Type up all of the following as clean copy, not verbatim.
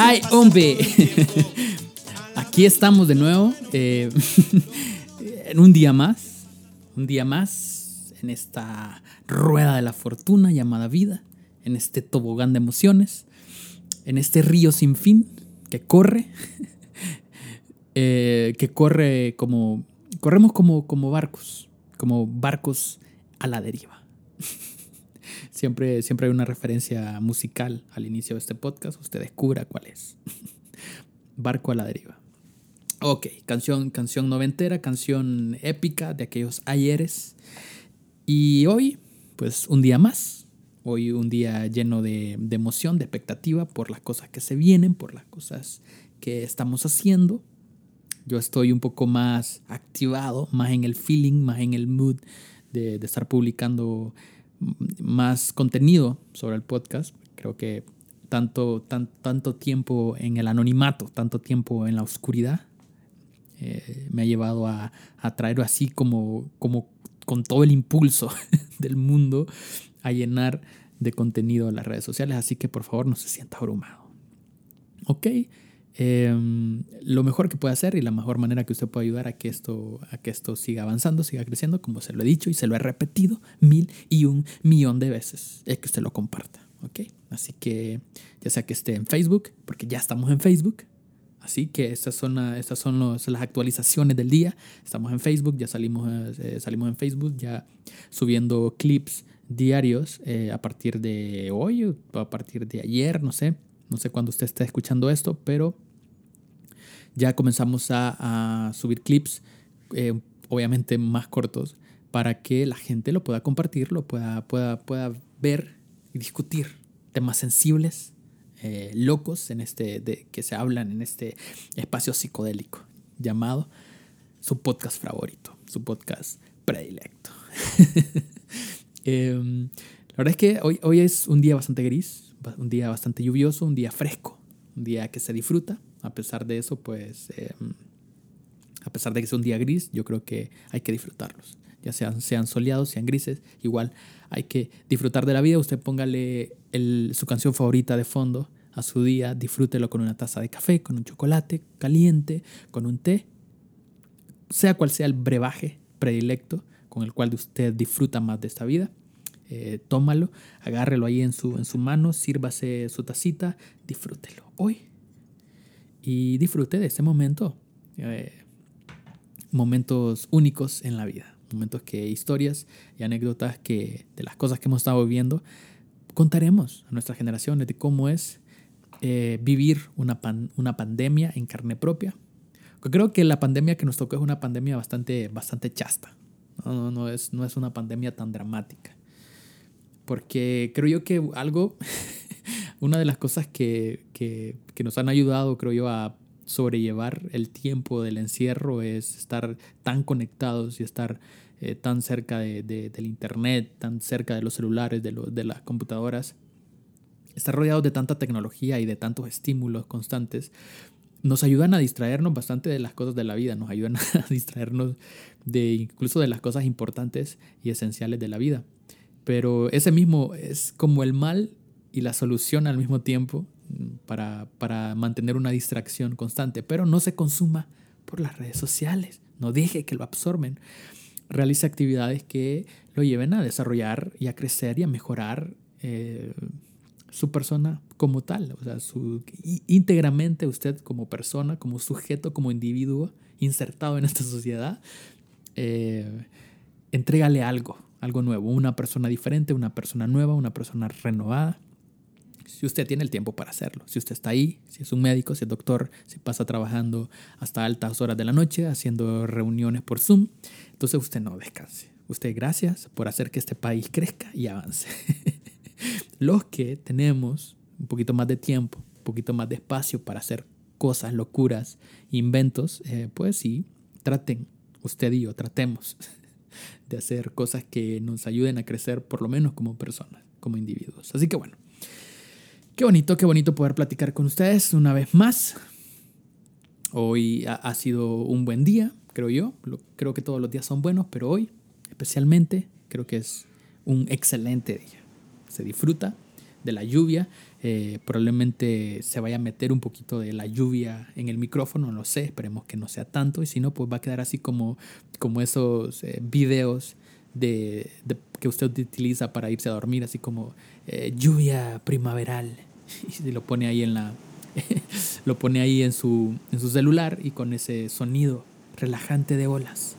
¡Ay, hombre! Aquí estamos de nuevo en un día más en esta rueda de la fortuna llamada vida, en este tobogán de emociones, en este río sin fin que corre, corremos como barcos a la deriva. Siempre hay una referencia musical al inicio de este podcast. Usted descubra cuál es. Barco a la deriva. Ok, canción noventera, canción épica de aquellos ayeres. Y hoy, pues un día más. Hoy un día lleno de emoción, de expectativa por las cosas que se vienen, por las cosas que estamos haciendo. Yo estoy un poco más activado, más en el feeling, más en el mood de estar publicando más contenido sobre el podcast. Creo que tanto tiempo en el anonimato, tanto tiempo en la oscuridad, me ha llevado a traer así como con todo el impulso del mundo a llenar de contenido las redes sociales. Así que por favor no se sienta abrumado. Ok. Lo mejor que puede hacer y la mejor manera que usted puede ayudar a que esto siga avanzando, siga creciendo, como se lo he dicho y se lo he repetido 1.000.000.000 de veces, es que usted lo comparta, ¿ok? Así que ya sea que esté en Facebook, porque ya estamos en Facebook, así que estas son las actualizaciones del día. Estamos en Facebook, ya salimos en Facebook, ya subiendo clips diarios a partir de hoy o a partir de ayer, no sé cuándo usted esté escuchando esto, pero ya comenzamos a subir clips, obviamente más cortos, para que la gente lo pueda compartir, lo pueda ver y discutir temas sensibles, locos, que se hablan en este espacio psicodélico llamado su podcast favorito, su podcast predilecto. La verdad es que hoy es un día bastante gris, un día bastante lluvioso, un día fresco, un día que se disfruta. A pesar de eso, pues, a pesar de que es un día gris, yo creo que hay que disfrutarlos. Ya sean soleados, sean grises, igual hay que disfrutar de la vida. Usted póngale su canción favorita de fondo a su día, disfrútelo con una taza de café, con un chocolate caliente, con un té, sea cual sea el brebaje predilecto con el cual usted disfruta más de esta vida. Tómalo, agárrelo ahí en su mano, sírvase su tacita, disfrútelo hoy. Y disfrute de este momento, momentos únicos en la vida, momentos historias y anécdotas de las cosas que hemos estado viviendo, contaremos a nuestras generaciones de cómo es vivir una pandemia en carne propia. Yo creo que la pandemia que nos tocó es una pandemia bastante chasta. No es una pandemia tan dramática. Porque creo yo que una de las cosas que nos han ayudado, creo yo, a sobrellevar el tiempo del encierro es estar tan conectados y estar tan cerca del internet, tan cerca de los celulares, de las computadoras. Estar rodeados de tanta tecnología y de tantos estímulos constantes nos ayudan a distraernos bastante de las cosas de la vida, nos ayudan a distraernos incluso de las cosas importantes y esenciales de la vida. Pero ese mismo es como el mal y la solución al mismo tiempo para mantener una distracción constante. Pero no se consuma por las redes sociales, no deje que lo absorben. Realice actividades que lo lleven a desarrollar y a crecer y a mejorar su persona como tal. O sea, íntegramente usted como persona, como sujeto, como individuo insertado en esta sociedad, entrégale algo nuevo, una persona diferente, una persona nueva, una persona renovada. Si usted tiene el tiempo para hacerlo, si usted está ahí, si es un médico, si es doctor, si pasa trabajando hasta altas horas de la noche, haciendo reuniones por Zoom, entonces usted no descanse. Usted, gracias por hacer que este país crezca y avance. Los que tenemos un poquito más de tiempo, un poquito más de espacio para hacer cosas, locuras, inventos, pues sí, usted y yo, tratemos de hacer cosas que nos ayuden a crecer, por lo menos como personas, como individuos. Así que bueno, qué bonito poder platicar con ustedes una vez más. Hoy ha sido un buen día, creo yo. Creo que todos los días son buenos, pero hoy especialmente creo que es un excelente día. Se disfruta de la lluvia Probablemente se vaya a meter un poquito de la lluvia en el micrófono, no lo sé, esperemos que no sea tanto. Y si no, pues va a quedar así como esos videos que usted utiliza para irse a dormir, así como lluvia primaveral. Y se lo pone ahí lo pone ahí en su celular y con ese sonido relajante de olas.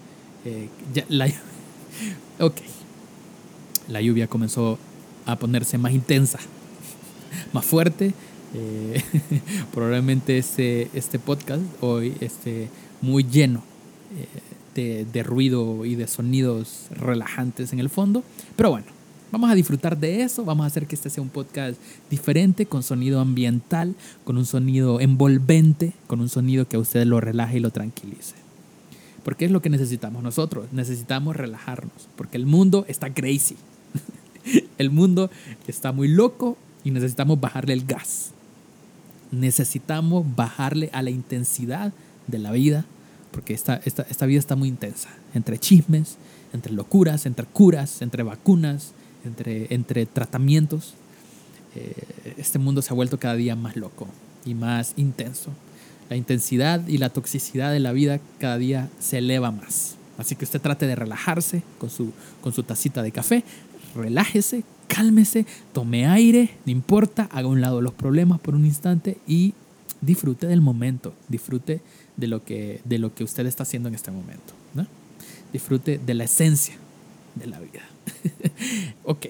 Ok, la lluvia comenzó a ponerse más intensa, más fuerte. Eh, Probablemente este podcast hoy esté muy lleno de ruido y de sonidos relajantes en el fondo. Pero bueno, vamos a disfrutar de eso. Vamos a hacer que este sea un podcast diferente, con sonido ambiental, con un sonido envolvente, con un sonido que a usted lo relaje y lo tranquilice. Porque es lo que necesitamos nosotros. Necesitamos relajarnos. Porque el mundo está crazy. El mundo está muy loco y necesitamos bajarle el gas. Necesitamos bajarle a la intensidad de la vida, porque esta vida está muy intensa. Entre chismes, entre locuras, entre curas, entre vacunas, entre tratamientos. Este mundo se ha vuelto cada día más loco y más intenso. La intensidad y la toxicidad de la vida cada día se eleva más. Así que usted trate de relajarse con su tacita de café. Relájese, cálmese, tome aire, no importa, haga a un lado los problemas por un instante y disfrute del momento, disfrute de lo que usted está haciendo en este momento, ¿no? Disfrute de la esencia de la vida. Ok.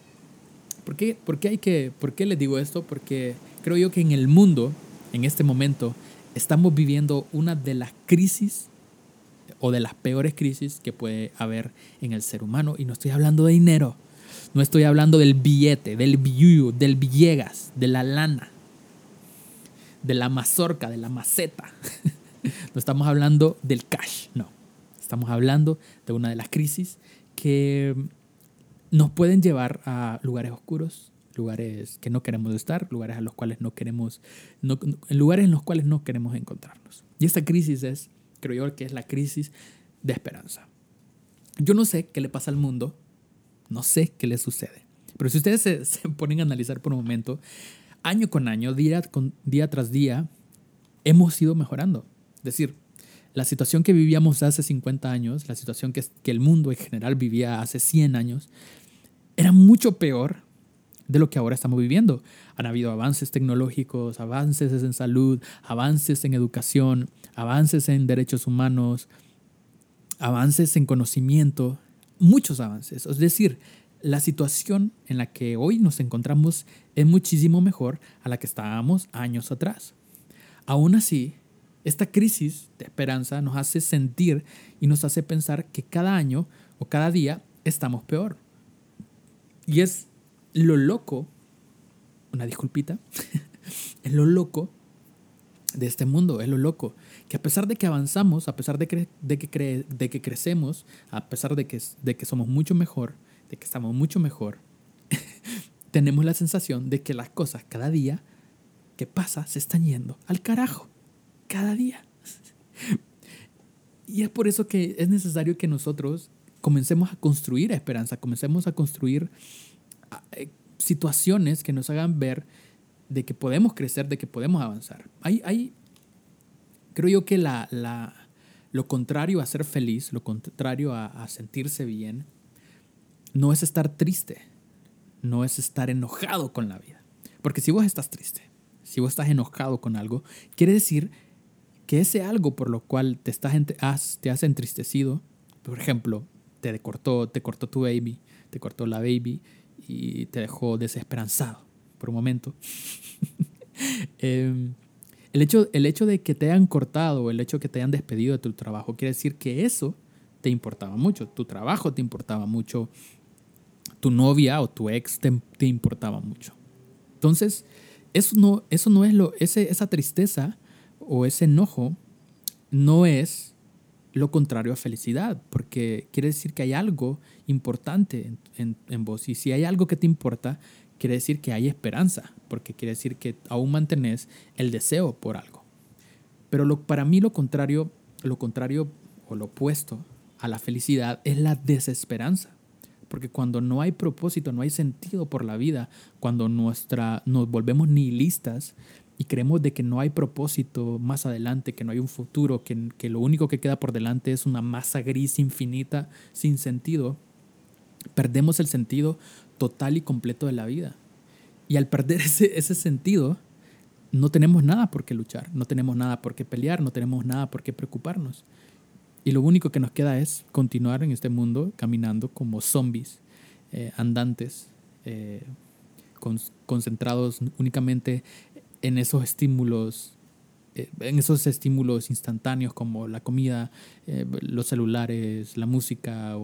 ¿Por qué les digo esto? Porque creo yo que en el mundo, en este momento, estamos viviendo una de las crisis o de las peores crisis que puede haber en el ser humano. Y no estoy hablando de dinero, no estoy hablando del billete, del billuyo, del villegas, de la lana, de la mazorca, de la maceta. No estamos hablando del cash, no. Estamos hablando de una de las crisis que nos pueden llevar a lugares oscuros, lugares que no queremos estar, lugares a los cuales lugares en los cuales no queremos encontrarnos. Y esta crisis creo yo que es la crisis de esperanza. Yo no sé qué le pasa al mundo, no sé qué le sucede, pero si ustedes se ponen a analizar por un momento, año con año, día tras día, hemos ido mejorando. Es decir, la situación que vivíamos hace 50 años, la situación que el mundo en general vivía hace 100 años, era mucho peor de lo que ahora estamos viviendo. Han habido avances tecnológicos, avances en salud, avances en educación, avances en derechos humanos, avances en conocimiento, muchos avances. Es decir, la situación en la que hoy nos encontramos es muchísimo mejor a la que estábamos años atrás. Aún así, esta crisis de esperanza nos hace sentir y nos hace pensar que cada año o cada día estamos peor. Y es lo loco, una disculpita, es lo loco de este mundo, es lo loco, que a pesar de que avanzamos, a pesar de que crecemos, a pesar de que somos mucho mejor, de que estamos mucho mejor, tenemos la sensación de que las cosas cada día que pasa se están yendo al carajo, cada día. Y es por eso que es necesario que nosotros comencemos a construir esperanza, comencemos a construir situaciones que nos hagan ver de que podemos crecer, de que podemos avanzar. Creo yo que lo contrario a ser feliz, lo contrario a sentirse bien, no es estar triste, no es estar enojado con la vida. Porque si vos estás triste, si vos estás enojado con algo, quiere decir que ese algo por lo cual te has entristecido, por ejemplo, te cortó tu baby, te cortó la baby y te dejó desesperanzado por un momento. El hecho de que te hayan cortado, el hecho de que te hayan despedido de tu trabajo, quiere decir que eso te importaba mucho, tu trabajo te importaba mucho, tu novia o tu ex te importaba mucho. Entonces, eso no es esa tristeza o ese enojo no es lo contrario a felicidad, porque quiere decir que hay algo importante en vos. Y si hay algo que te importa, quiere decir que hay esperanza, porque quiere decir que aún mantenés el deseo por algo. Pero para mí lo contrario o lo opuesto a la felicidad es la desesperanza. Porque cuando no hay propósito, no hay sentido por la vida, cuando nos volvemos nihilistas y creemos de que no hay propósito más adelante, que no hay un futuro, que lo único que queda por delante es una masa gris infinita sin sentido, perdemos el sentido total y completo de la vida. Y al perder ese sentido, no tenemos nada por qué luchar, no tenemos nada por qué pelear, no tenemos nada por qué preocuparnos. Y lo único que nos queda es continuar en este mundo caminando como zombies, andantes, concentrados únicamente en esos estímulos instantáneos como la comida, los celulares, la música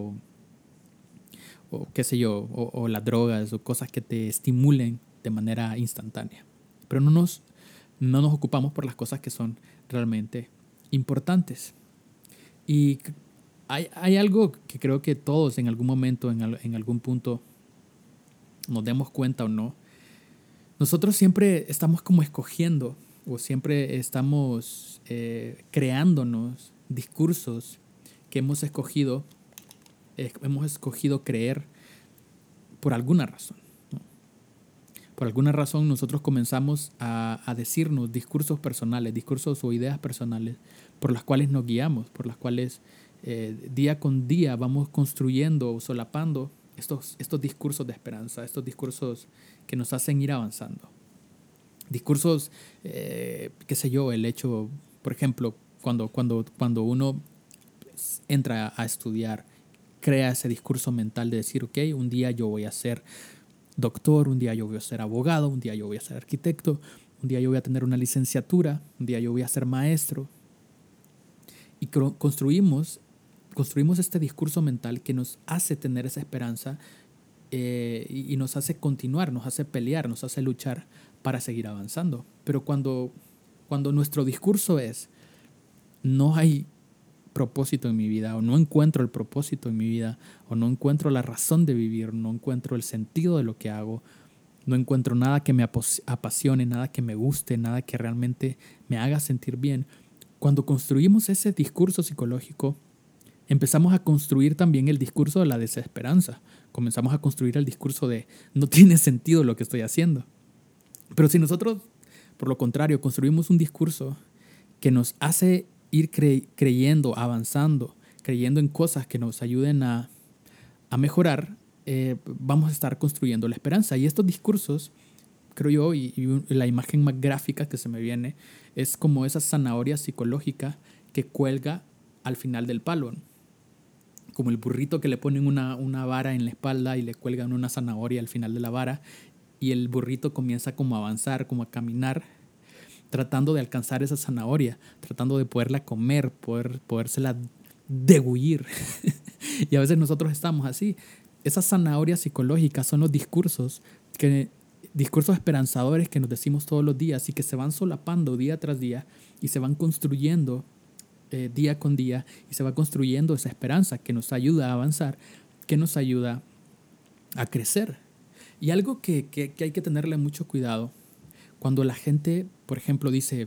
o qué sé yo, o las drogas o cosas que te estimulen de manera instantánea. Pero no nos ocupamos por las cosas que son realmente importantes. Y hay algo que creo que todos en algún momento, en algún punto, nos demos cuenta o no. Nosotros siempre estamos como escogiendo o siempre estamos creándonos discursos que hemos escogido creer por alguna razón, ¿no? Por alguna razón nosotros comenzamos a decirnos discursos personales, discursos o ideas personales por las cuales nos guiamos, por las cuales día con día vamos construyendo o solapando estos discursos de esperanza, estos discursos que nos hacen ir avanzando. Discursos, qué sé yo, el hecho, por ejemplo, cuando uno entra a estudiar, crea ese discurso mental de decir, ok, un día yo voy a ser doctor, un día yo voy a ser abogado, un día yo voy a ser arquitecto, un día yo voy a tener una licenciatura, un día yo voy a ser maestro. Y construimos este discurso mental que nos hace tener esa esperanza y nos hace continuar, nos hace pelear, nos hace luchar para seguir avanzando. Pero cuando nuestro discurso es, no hay propósito en mi vida, o no encuentro el propósito en mi vida, o no encuentro la razón de vivir, no encuentro el sentido de lo que hago, no encuentro nada que me apasione, nada que me guste, nada que realmente me haga sentir bien. Cuando construimos ese discurso psicológico, empezamos a construir también el discurso de la desesperanza. Comenzamos a construir el discurso de no tiene sentido lo que estoy haciendo. Pero si nosotros, por lo contrario, construimos un discurso que nos hace ir creyendo, avanzando, creyendo en cosas que nos ayuden a mejorar, vamos a estar construyendo la esperanza. Y estos discursos, creo yo, y la imagen más gráfica que se me viene, es como esa zanahoria psicológica que cuelga al final del palo. Como el burrito que le ponen una vara en la espalda y le cuelgan una zanahoria al final de la vara, y el burrito comienza como a avanzar, como a caminar, tratando de alcanzar esa zanahoria, tratando de poderla comer, podérsela degullir. Y a veces nosotros estamos así. Esas zanahorias psicológicas son los discursos esperanzadores que nos decimos todos los días y que se van solapando día tras día y se van construyendo día con día y se va construyendo esa esperanza que nos ayuda a avanzar, que nos ayuda a crecer. Y algo que hay que tenerle mucho cuidado cuando la gente, por ejemplo, dice,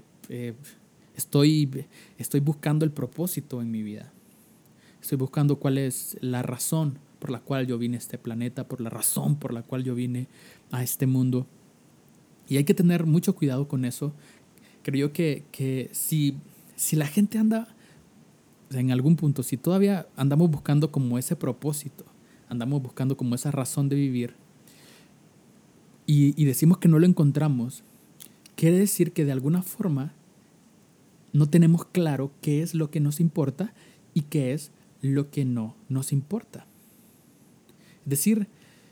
estoy buscando el propósito en mi vida. Estoy buscando cuál es la razón por la cual yo vine a este planeta, por la razón por la cual yo vine a este mundo. Y hay que tener mucho cuidado con eso. Creo yo que si la gente anda en algún punto, si todavía andamos buscando como ese propósito, andamos buscando como esa razón de vivir y decimos que no lo encontramos, quiere decir que de alguna forma no tenemos claro qué es lo que nos importa y qué es lo que no nos importa. Es decir,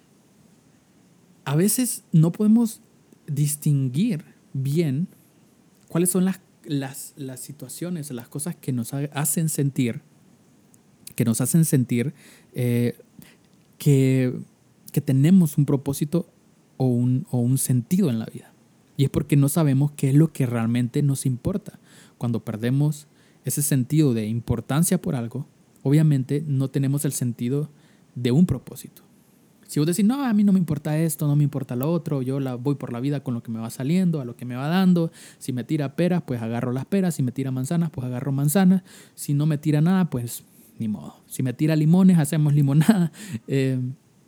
a veces no podemos distinguir bien cuáles son las situaciones, las cosas que nos hacen sentir, que tenemos un propósito o un sentido en la vida. Y es porque no sabemos qué es lo que realmente nos importa. Cuando perdemos ese sentido de importancia por algo, obviamente no tenemos el sentido de un propósito. Si vos decís, no, a mí no me importa esto, no me importa lo otro, yo voy por la vida con lo que me va saliendo, a lo que me va dando. Si me tira peras, pues agarro las peras. Si me tira manzanas, pues agarro manzanas. Si no me tira nada, pues ni modo. Si me tira limones, hacemos limonada.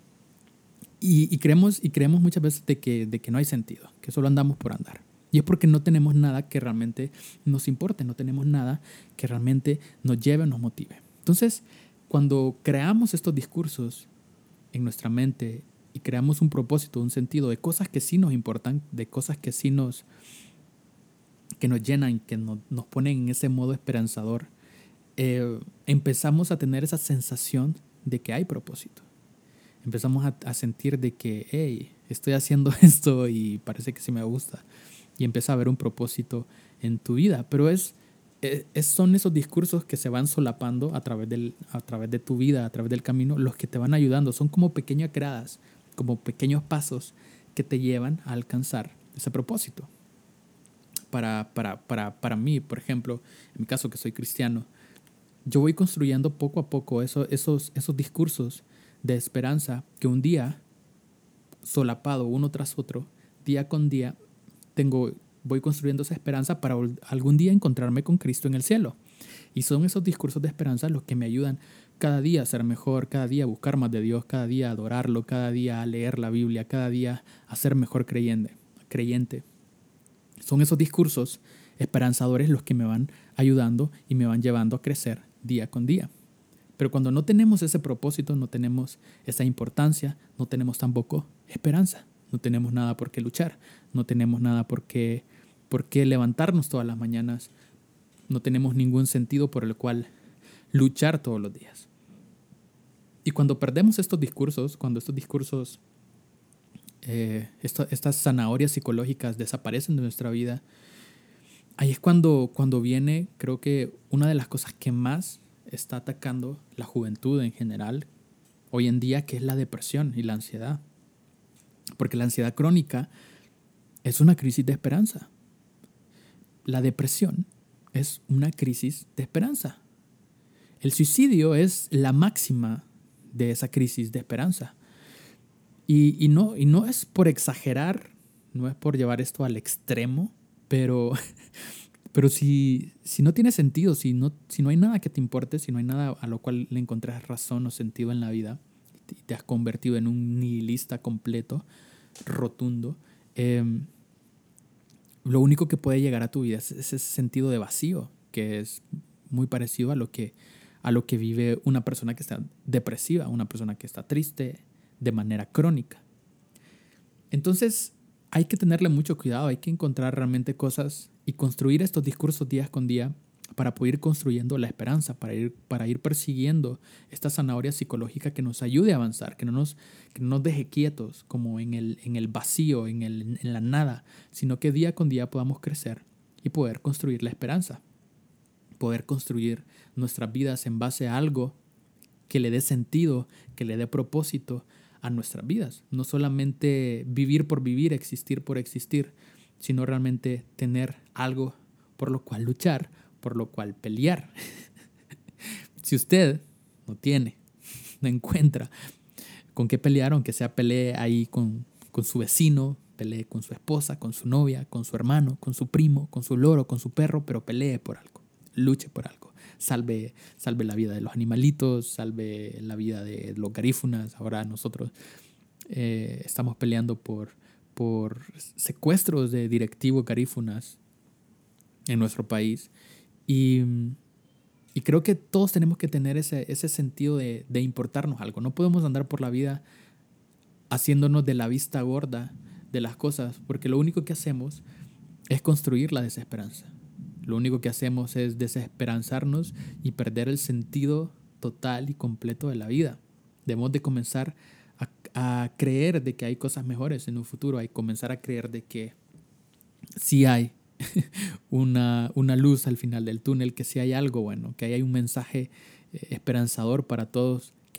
Y creemos muchas veces de que no hay sentido, que solo andamos por andar. Y es porque no tenemos nada que realmente nos importe, no tenemos nada que realmente nos lleve o nos motive. Entonces, cuando creamos estos discursos en nuestra mente y creamos un propósito, un sentido de cosas que sí nos importan, de cosas que sí que nos llenan, que nos ponen en ese modo esperanzador, empezamos a tener esa sensación de que hay propósito. Empezamos a sentir de que, hey, estoy haciendo esto y parece que sí me gusta. Y empieza a haber un propósito en tu vida. Pero son esos discursos que se van solapando a través de tu vida, a través del camino, los que te van ayudando. Son como pequeñas gradas, como pequeños pasos que te llevan a alcanzar ese propósito. Para mí, por ejemplo, en mi caso que soy cristiano, yo voy construyendo poco a poco esos discursos de esperanza que un día, solapado uno tras otro, día con día, voy construyendo esa esperanza para algún día encontrarme con Cristo en el cielo. Y son esos discursos de esperanza los que me ayudan cada día a ser mejor, cada día a buscar más de Dios, cada día a adorarlo, cada día a leer la Biblia, cada día a ser mejor creyente. Son esos discursos esperanzadores los que me van ayudando y me van llevando a crecer día con día. Pero cuando no tenemos ese propósito, no tenemos esa importancia, no tenemos tampoco esperanza, no tenemos nada por qué luchar, no tenemos nada por qué levantarnos todas las mañanas, no tenemos ningún sentido por el cual luchar todos los días. Y cuando perdemos estos discursos, cuando estos discursos, estas zanahorias psicológicas desaparecen de nuestra vida, ahí es cuando viene, creo que una de las cosas que más está atacando la juventud en general hoy en día, que es la depresión y la ansiedad. Porque la ansiedad crónica es una crisis de esperanza. La depresión es una crisis de esperanza. El suicidio es la máxima de esa crisis de esperanza. Y no es por exagerar, no es por llevar esto al extremo, pero si no tiene sentido, si no hay nada que te importe, si no hay nada a lo cual le encontres razón o sentido en la vida, y te has convertido en un nihilista completo, rotundo, lo único que puede llegar a tu vida es ese sentido de vacío, que es muy parecido a lo que vive una persona que está depresiva, una persona que está triste de manera crónica. Entonces, hay que tenerle mucho cuidado, hay que encontrar realmente cosas y construir estos discursos día con día para poder ir construyendo la esperanza, para ir persiguiendo esta zanahoria psicológica que nos ayude a avanzar, que no nos deje quietos como en el vacío, en la nada, sino que día con día podamos crecer y poder construir la esperanza, poder construir nuestras vidas en base a algo que le dé sentido, que le dé propósito a nuestras vidas. No solamente vivir por vivir, existir por existir, sino realmente tener algo por lo cual luchar, por lo cual pelear. Si usted no encuentra con qué pelear, aunque sea pelee ahí con su vecino, pelee con su esposa, con su novia, con su hermano, con su primo, con su loro, con su perro, pero pelee por algo, luche por algo. Salve la vida de los animalitos, salve la vida de los garífunas. Ahora nosotros estamos peleando por secuestros de directivos garífunas en nuestro país. Y creo que todos tenemos que tener ese sentido de importarnos algo. No podemos andar por la vida haciéndonos de la vista gorda de las cosas, porque lo único que hacemos es construir la desesperanza. Lo único que hacemos es desesperanzarnos y perder el sentido total y completo de la vida. Debemos de comenzar a creer de que hay cosas mejores en un futuro, hay comenzar a creer de que sí hay una luz al final del túnel, que sí hay algo bueno, que hay un mensaje esperanzador para todos, que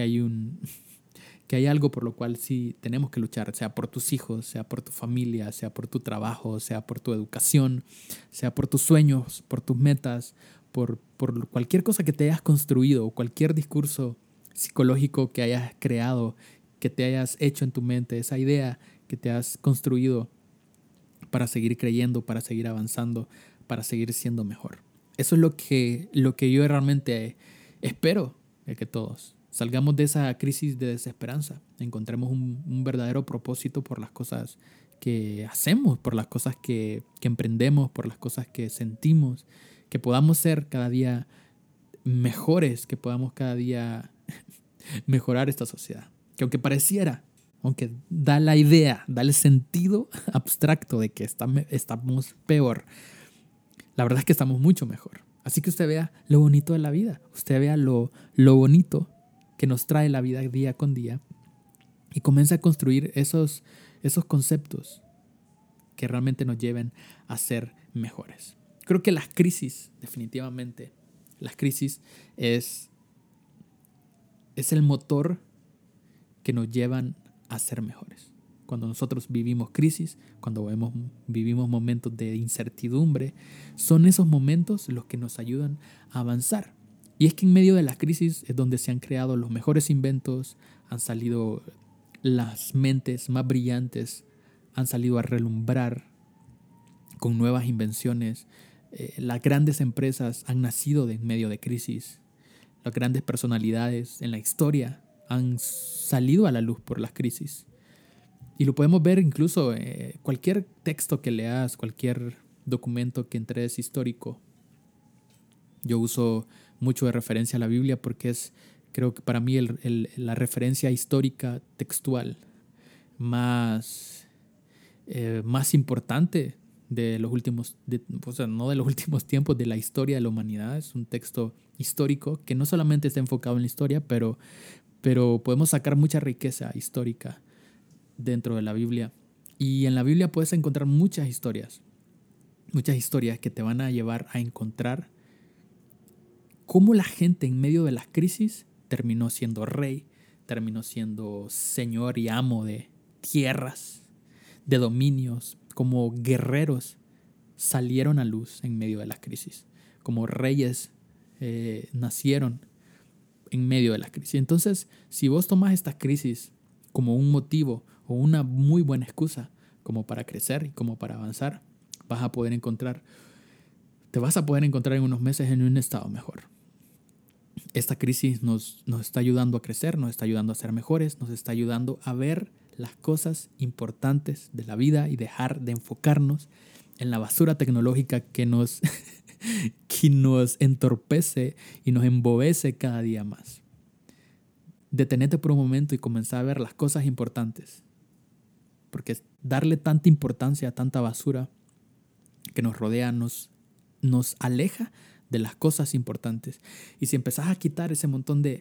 hay algo por lo cual sí tenemos que luchar, sea por tus hijos, sea por tu familia, sea por tu trabajo, sea por tu educación, sea por tus sueños, por tus metas, por cualquier cosa que te hayas construido, cualquier discurso psicológico que hayas creado, que te hayas hecho en tu mente, esa idea que te has construido para seguir creyendo, para seguir avanzando, para seguir siendo mejor. Eso es lo que yo realmente espero de que todos Salgamos de esa crisis de desesperanza. Encontremos un verdadero propósito por las cosas que hacemos, por las cosas que emprendemos, por las cosas que sentimos, que podamos ser cada día mejores, que podamos cada día mejorar esta sociedad. Que aunque pareciera, aunque da la idea, da el sentido abstracto de que estamos peor, la verdad es que estamos mucho mejor. Así que usted vea lo bonito de la vida, usted vea lo bonito que nos trae la vida día con día y comience a construir esos conceptos que realmente nos lleven a ser mejores. Creo que las crisis, definitivamente, las crisis es el motor que nos llevan a ser mejores. Cuando nosotros vivimos crisis, cuando vivimos momentos de incertidumbre, son esos momentos los que nos ayudan a avanzar. Y es que en medio de las crisis es donde se han creado los mejores inventos, han salido las mentes más brillantes, han salido a relumbrar con nuevas invenciones. Las grandes empresas han nacido en medio de crisis. Las grandes personalidades en la historia han salido a la luz por las crisis. Y lo podemos ver incluso cualquier texto que leas, cualquier documento que entres histórico. Yo uso mucho de referencia a la Biblia porque es, creo que para mí, la referencia histórica textual más importante de los últimos, no de los últimos tiempos, de la historia de la humanidad. Es un texto histórico que no solamente está enfocado en la historia, pero podemos sacar mucha riqueza histórica dentro de la Biblia. Y en la Biblia puedes encontrar muchas historias que te van a llevar a encontrar cómo la gente en medio de las crisis terminó siendo rey, terminó siendo señor y amo de tierras, de dominios, como guerreros salieron a luz en medio de las crisis, como reyes nacieron en medio de las crisis. Entonces, si vos tomas estas crisis como un motivo o una muy buena excusa como para crecer y como para avanzar, te vas a poder encontrar en unos meses en un estado mejor. Esta crisis nos está ayudando a crecer, nos está ayudando a ser mejores, nos está ayudando a ver las cosas importantes de la vida y dejar de enfocarnos en la basura tecnológica que nos entorpece y nos embobece cada día más. Detenete por un momento y comenzar a ver las cosas importantes. Porque darle tanta importancia a tanta basura que nos rodea nos aleja de las cosas importantes. Y si empezás a quitar ese montón de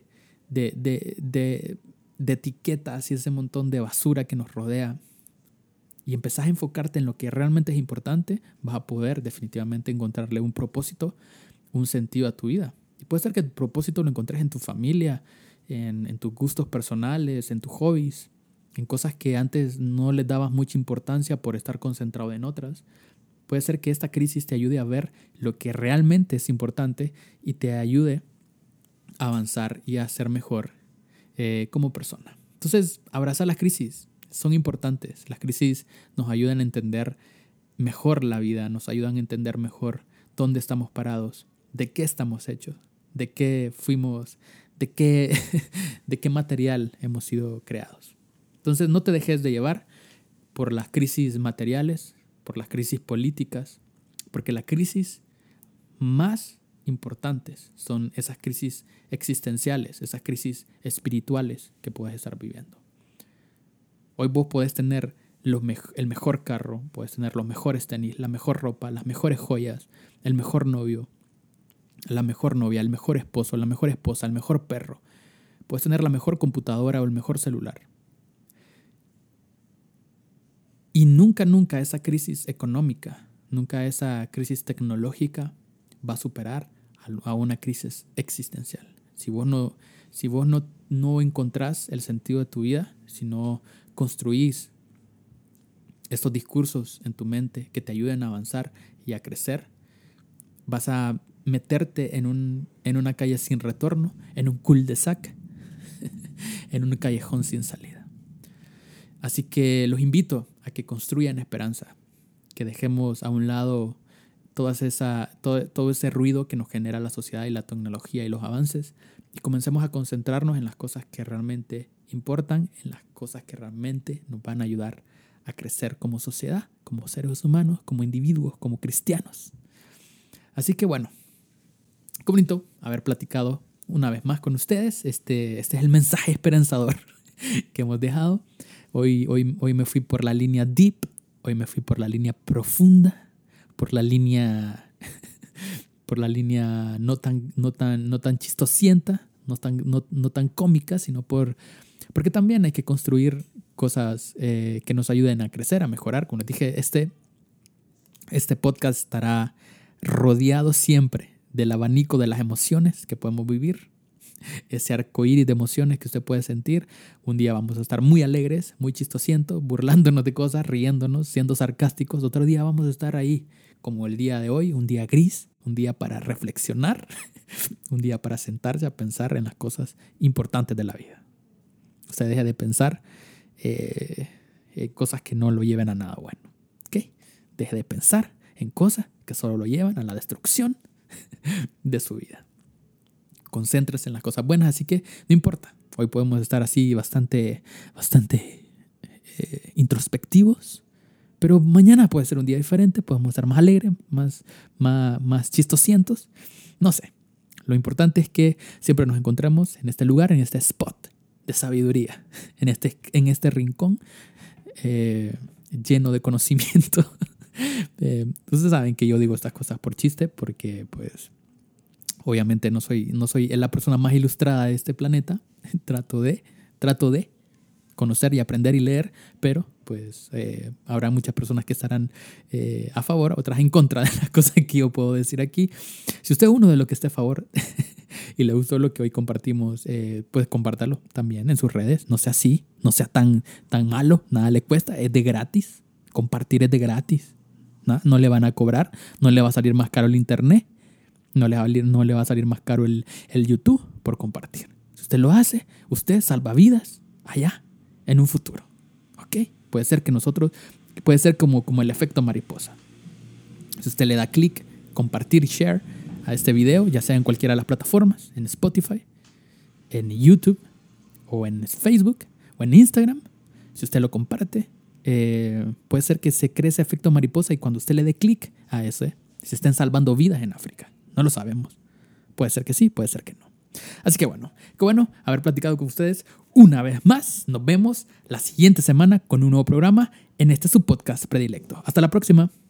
etiquetas y ese montón de basura que nos rodea y empezás a enfocarte en lo que realmente es importante, vas a poder definitivamente encontrarle un propósito, un sentido a tu vida. Y puede ser que el propósito lo encontres en tu familia, en tus gustos personales, en tus hobbies, en cosas que antes no les dabas mucha importancia por estar concentrado en otras. Puede ser que esta crisis te ayude a ver lo que realmente es importante y te ayude a avanzar y a ser mejor como persona. Entonces, abraza las crisis, son importantes. Las crisis nos ayudan a entender mejor la vida, nos ayudan a entender mejor dónde estamos parados, de qué estamos hechos, de qué fuimos, de qué material hemos sido creados. Entonces, no te dejes de llevar por las crisis materiales, por las crisis políticas, porque las crisis más importantes son esas crisis existenciales, esas crisis espirituales que puedes estar viviendo. Hoy vos podés tener el mejor carro, puedes tener los mejores tenis, la mejor ropa, las mejores joyas, el mejor novio, la mejor novia, el mejor esposo, la mejor esposa, el mejor perro. Puedes tener la mejor computadora o el mejor celular. Y nunca esa crisis económica, nunca esa crisis tecnológica va a superar a una crisis existencial. Si vos no encontrás el sentido de tu vida, si no construís estos discursos en tu mente que te ayuden a avanzar y a crecer, vas a meterte en una calle sin retorno, en un cul-de-sac, en un callejón sin salida. Así que los invito a que construyan esperanza, que dejemos a un lado todo ese ruido que nos genera la sociedad y la tecnología y los avances y comencemos a concentrarnos en las cosas que realmente importan, en las cosas que realmente nos van a ayudar a crecer como sociedad, como seres humanos, como individuos, como cristianos. Así que bueno, qué bonito haber platicado una vez más con ustedes. Este es el mensaje esperanzador que hemos dejado. Hoy me fui por la línea deep, hoy me fui por la línea profunda, por la línea no tan chistosienta, no tan cómica, sino porque también hay que construir cosas que nos ayuden a crecer, a mejorar. Como les dije, este podcast estará rodeado siempre del abanico de las emociones que podemos vivir, ese arcoíris de emociones que usted puede sentir. Un día vamos a estar muy alegres, muy chistosientos, burlándonos de cosas, riéndonos, siendo sarcásticos. Otro día vamos a estar ahí, como el día de hoy, un día gris, un día para reflexionar, un día para sentarse a pensar en las cosas importantes de la vida. Usted deja de pensar cosas que no lo lleven a nada bueno. ¿Okay? Deje de pensar en cosas que solo lo llevan a la destrucción de su vida. Concéntrese en las cosas buenas, así que no importa. Hoy podemos estar así bastante introspectivos, pero mañana puede ser un día diferente, podemos estar más alegres, más chistosientos, no sé. Lo importante es que siempre nos encontremos en este lugar, en este spot de sabiduría, en este rincón lleno de conocimiento. Ustedes saben que yo digo estas cosas por chiste, porque pues obviamente no soy la persona más ilustrada de este planeta. Trato de conocer y aprender y leer, pero pues habrá muchas personas que estarán a favor, otras en contra de las cosas que yo puedo decir aquí. Si usted es uno de los que esté a favor y le gustó lo que hoy compartimos, pues compártalo también en sus redes. No sea así, no sea tan malo, nada le cuesta, es de gratis. Compartir es de gratis. No le van a cobrar, no le va a salir más caro el internet, no le va a salir más caro el YouTube por compartir. Si usted lo hace, usted salva vidas allá en un futuro. ¿Ok? Puede ser como el efecto mariposa. Si usted le da clic, compartir y share a este video, ya sea en cualquiera de las plataformas, en Spotify, en YouTube, o en Facebook, o en Instagram, si usted lo comparte, puede ser que se cree ese efecto mariposa y cuando usted le dé clic a ese, se estén salvando vidas en África. No lo sabemos. Puede ser que sí, puede ser que no. Así que bueno, qué bueno haber platicado con ustedes una vez más. Nos vemos la siguiente semana con un nuevo programa en este su podcast predilecto. Hasta la próxima.